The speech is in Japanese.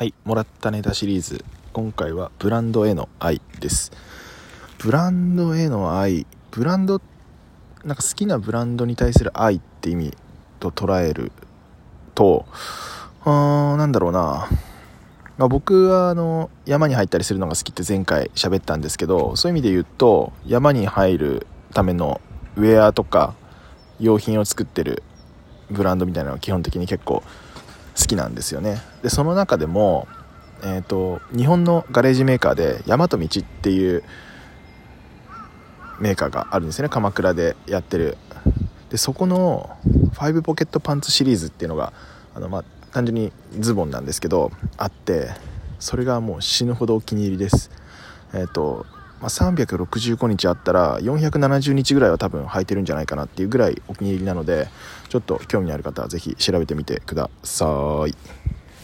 はい、もらったネタシリーズ、今回はブランドへの愛です。ブランドへの愛、ブランドなんか好きなブランドに対する愛って意味と捉えると、なんだろうな、僕は山に入ったりするのが好きって前回喋ったんですけど、そういう意味で言うと山に入るためのウェアとか用品を作ってるブランドみたいなのは基本的に結構好きなんですよね。でその中でも、日本のガレージメーカーで大和道っていうメーカーがあるんですよね。鎌倉でやってる。でそこの5ポケットパンツシリーズっていうのが単純にズボンなんですけどあって、それがもう死ぬほどお気に入りです。365日あったら470日ぐらいは多分履いてるんじゃないかなっていうぐらいお気に入りなので、ちょっと興味のある方はぜひ調べてみてください。